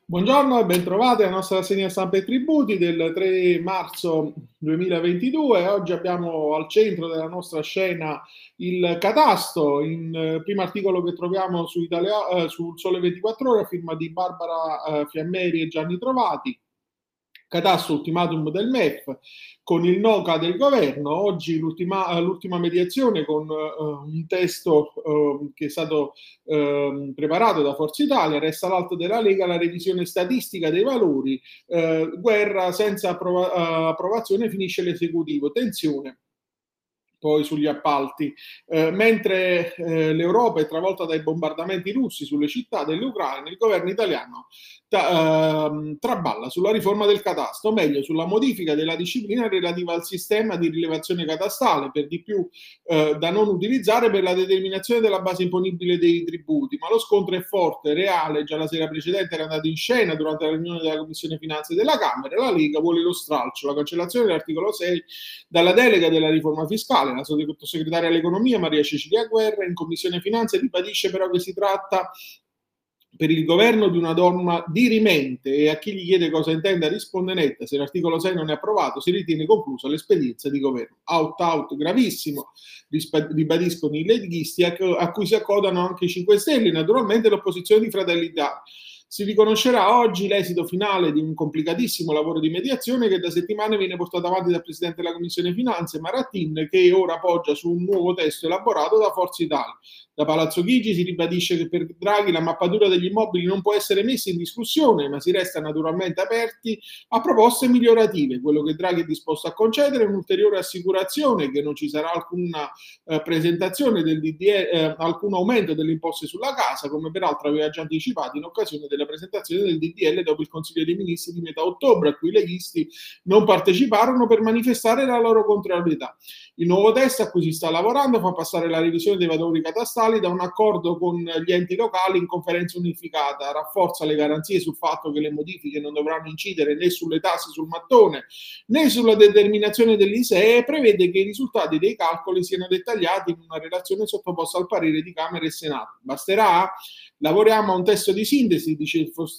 Buongiorno e bentrovati alla nostra rassegna stampa e tributi del 3 marzo 2022. Oggi abbiamo al centro della nostra scena il catasto, in primo articolo che troviamo sul Sole 24 Ore, a firma di Barbara Fiammeri e Gianni Trovati. Catasto ultimatum del MEF con il NOCA del governo. Oggi l'ultima mediazione con un testo che è stato preparato da Forza Italia. Resta l'alto della Lega la revisione statistica dei valori. Guerra senza approvazione, finisce l'esecutivo. Tensione poi sugli appalti, mentre l'Europa è travolta dai bombardamenti russi sulle città dell'Ucraina, il governo italiano traballa sulla riforma del catasto, o meglio sulla modifica della disciplina relativa al sistema di rilevazione catastale, per di più da non utilizzare per la determinazione della base imponibile dei tributi, ma lo scontro è forte, reale. Già la sera precedente era andato in scena durante la riunione della Commissione Finanze della Camera. La Lega vuole lo stralcio, la cancellazione dell'articolo 6 dalla delega della riforma fiscale. La sottosegretaria all'economia Maria Cecilia Guerra in Commissione Finanze ribadisce però che si tratta per il governo di una norma dirimente, e a chi gli chiede cosa intenda risponde netta: se l'articolo 6 non è approvato si ritiene conclusa l'esperienza di governo. Out gravissimo, ribadiscono i leghisti, a cui si accodano anche i 5 Stelle e naturalmente l'opposizione di Fratelli d'Italia. Si riconoscerà oggi l'esito finale di un complicatissimo lavoro di mediazione che da settimane viene portato avanti dal Presidente della Commissione Finanze Maratin, che ora poggia su un nuovo testo elaborato da Forza Italia. Da Palazzo Chigi si ribadisce che per Draghi la mappatura degli immobili non può essere messa in discussione, ma si resta naturalmente aperti a proposte migliorative. Quello che Draghi è disposto a concedere è un'ulteriore assicurazione che non ci sarà alcuna presentazione del DDL, alcun aumento delle imposte sulla casa, come peraltro aveva già anticipato in occasione della presentazione del DDL dopo il Consiglio dei Ministri di metà ottobre, a cui i leghisti non parteciparono per manifestare la loro contrarietà. Il nuovo testo a cui si sta lavorando fa passare la revisione dei valori catastali da un accordo con gli enti locali in conferenza unificata, rafforza le garanzie sul fatto che le modifiche non dovranno incidere né sulle tasse sul mattone né sulla determinazione dell'ISEE, e prevede che i risultati dei calcoli siano dettagliati in una relazione sottoposta al parere di Camera e Senato. Basterà? Lavoriamo a un testo di sintesi, dice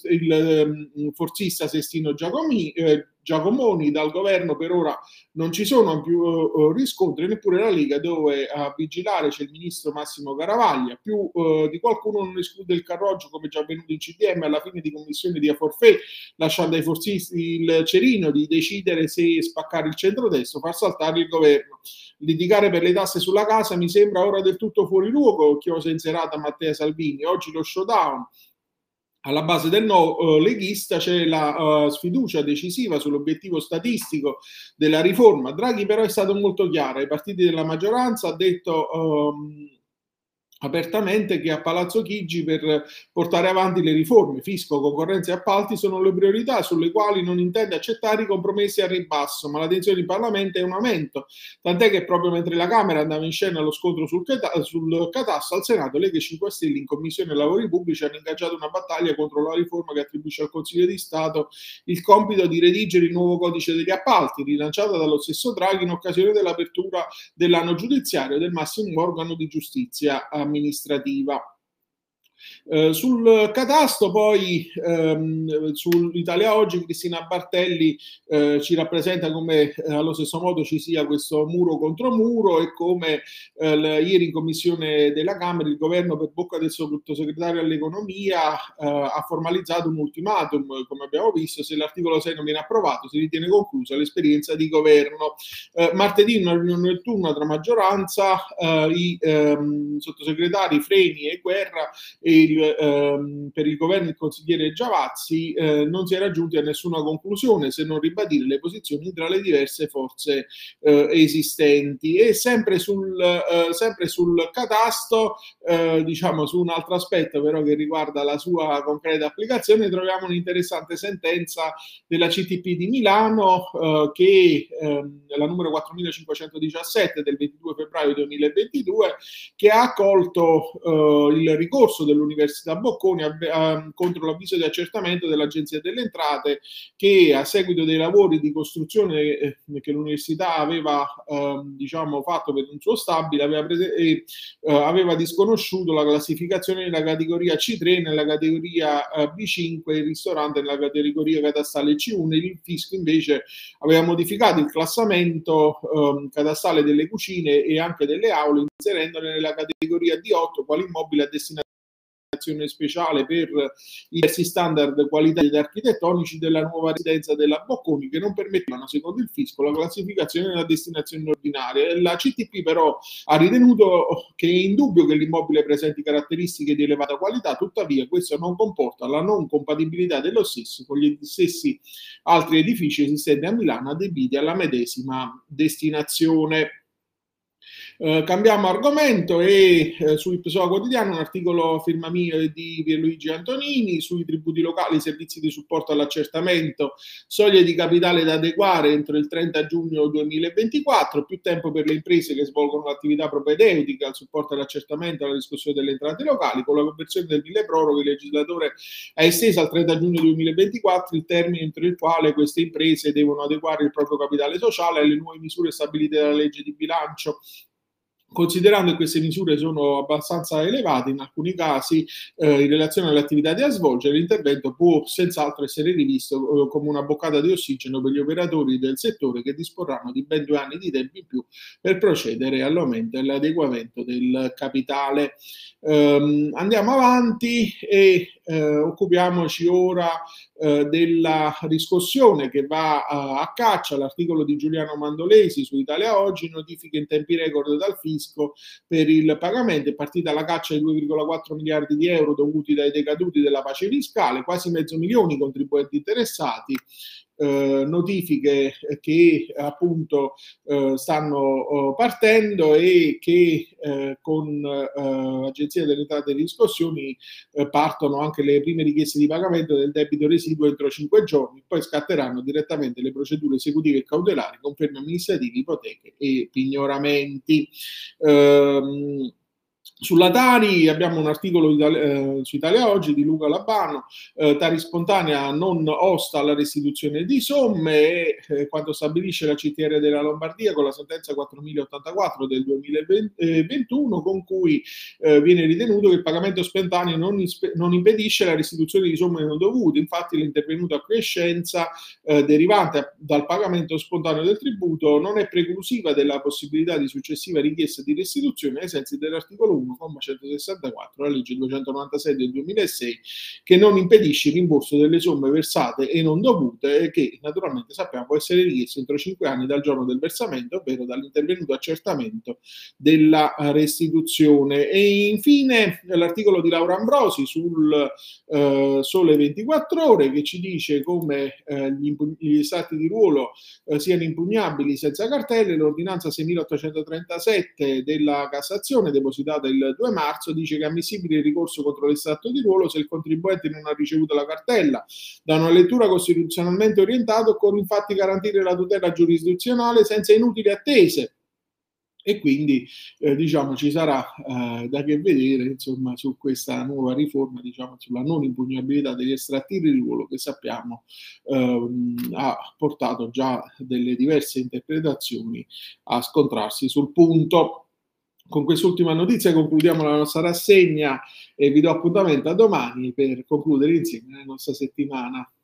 il forzista Sestino Giacomoni. Dal governo per ora non ci sono più riscontri, neppure la Lega, dove a vigilare c'è il ministro Massimo Garavaglia. Più di qualcuno non esclude il carroggio, come già avvenuto in CDM alla fine di commissione di Aforfè, lasciando ai forzisti il cerino di decidere se spaccare il centrodestra o far saltare il governo. Litigare per le tasse sulla casa mi sembra ora del tutto fuori luogo, chiosa in serata Mattea Salvini. Oggi lo showdown. Alla base del no leghista c'è la sfiducia decisiva sull'obiettivo statistico della riforma. Draghi però è stato molto chiaro: ai partiti della maggioranza ha detto apertamente che a Palazzo Chigi per portare avanti le riforme, fisco, concorrenza e appalti sono le priorità sulle quali non intende accettare i compromessi al ribasso, ma la tensione in Parlamento è un aumento, tant'è che proprio mentre la Camera andava in scena lo scontro sul catasto, al Senato Lega e 5 Stelle in Commissione Lavori Pubblici hanno ingaggiato una battaglia contro la riforma che attribuisce al Consiglio di Stato il compito di redigere il nuovo codice degli appalti, rilanciata dallo stesso Draghi in occasione dell'apertura dell'anno giudiziario del massimo organo di giustizia amministrativa. Sul catasto poi, sull'Italia Oggi, Cristina Bartelli ci rappresenta come allo stesso modo ci sia questo muro contro muro, e come ieri in commissione della Camera il governo, per bocca del sottosegretario all'economia, ha formalizzato un ultimatum, come abbiamo visto: se l'articolo 6 non viene approvato si ritiene conclusa l'esperienza di governo. Martedì una riunione notturna tra maggioranza, i sottosegretari Freni e Guerra e per il governo il consigliere Giavazzi. Non si è raggiunti a nessuna conclusione, se non ribadire le posizioni tra le diverse forze esistenti. E sempre sul catasto, diciamo su un altro aspetto però che riguarda la sua concreta applicazione, troviamo un'interessante sentenza della CTP di Milano, che la numero 4517 del 22 febbraio 2022, che ha accolto il ricorso dell'Università Bocconi contro l'avviso di accertamento dell'Agenzia delle Entrate che a seguito dei lavori di costruzione che l'università aveva diciamo fatto per un suo stabile aveva disconosciuto la classificazione nella categoria C3, nella categoria B5, il ristorante nella categoria catastale C1, il fisco invece aveva modificato il classamento catastale delle cucine e anche delle aule inserendole nella categoria D8 quali immobile a destinazione speciale per i diversi standard qualitativi ed architettonici della nuova residenza della Bocconi che non permettevano, secondo il fisco, la classificazione nella destinazione ordinaria. La CTP però ha ritenuto che è indubbio che l'immobile presenti caratteristiche di elevata qualità, tuttavia questo non comporta la non compatibilità dello stesso con gli stessi altri edifici esistenti a Milano adibiti alla medesima destinazione. Cambiamo argomento e sul PSOA Quotidiano un articolo firma mio e di Pierluigi Antonini sui tributi locali, servizi di supporto all'accertamento, soglie di capitale da adeguare entro il 30 giugno 2024, più tempo per le imprese che svolgono l'attività propedeutica al supporto all'accertamento e alla riscossione delle entrate locali. Con la conversione del milleproroghe il legislatore ha esteso al 30 giugno 2024 il termine entro il quale queste imprese devono adeguare il proprio capitale sociale alle nuove misure stabilite dalla legge di bilancio. Considerando che queste misure sono abbastanza elevate in alcuni casi in relazione alle attività da svolgere, l'intervento può senz'altro essere rivisto come una boccata di ossigeno per gli operatori del settore che disporranno di ben 2 anni di tempo in più per procedere all'aumento e all'adeguamento del capitale. Andiamo avanti e occupiamoci ora della riscossione che va a caccia. L'articolo di Giuliano Mandolesi su Italia Oggi, notifiche in tempi record dal fisco per il pagamento, è partita la caccia di 2,4 miliardi di euro dovuti dai decaduti della pace fiscale, quasi 500.000 i contribuenti interessati. Notifiche che appunto stanno partendo e che con l'Agenzia delle Entrate e Riscossioni partono anche le prime richieste di pagamento del debito residuo entro 5 giorni, poi scatteranno direttamente le procedure esecutive e cautelari, conferme amministrative, ipoteche e pignoramenti. Sulla Tari abbiamo un articolo su Italia Oggi di Luca Labano, Tari spontanea non osta alla restituzione di somme, quanto stabilisce la CTR della Lombardia con la sentenza 4084 del 2021 con cui viene ritenuto che il pagamento spontaneo non impedisce la restituzione di somme non dovute. Infatti l'intervenuta acquiescenza derivante dal pagamento spontaneo del tributo non è preclusiva della possibilità di successiva richiesta di restituzione ai sensi dell'articolo 1 164, la legge 296 del 2006, che non impedisce il rimborso delle somme versate e non dovute, che naturalmente sappiamo può essere richiesto entro 5 anni dal giorno del versamento, ovvero dall'intervenuto accertamento della restituzione. E infine l'articolo di Laura Ambrosi sul Sole 24 Ore che ci dice come gli stati di ruolo siano impugnabili senza cartelle. L'ordinanza 6837 della Cassazione depositata il 2 marzo dice che è ammissibile il ricorso contro l'estratto di ruolo se il contribuente non ha ricevuto la cartella. Da una lettura costituzionalmente orientata occorre infatti garantire la tutela giurisdizionale senza inutili attese. E quindi diciamo ci sarà da che vedere insomma su questa nuova riforma, diciamo sulla non impugnabilità degli estratti di ruolo che sappiamo ha portato già delle diverse interpretazioni a scontrarsi sul punto. Con quest'ultima notizia concludiamo la nostra rassegna e vi do appuntamento a domani per concludere insieme la nostra settimana.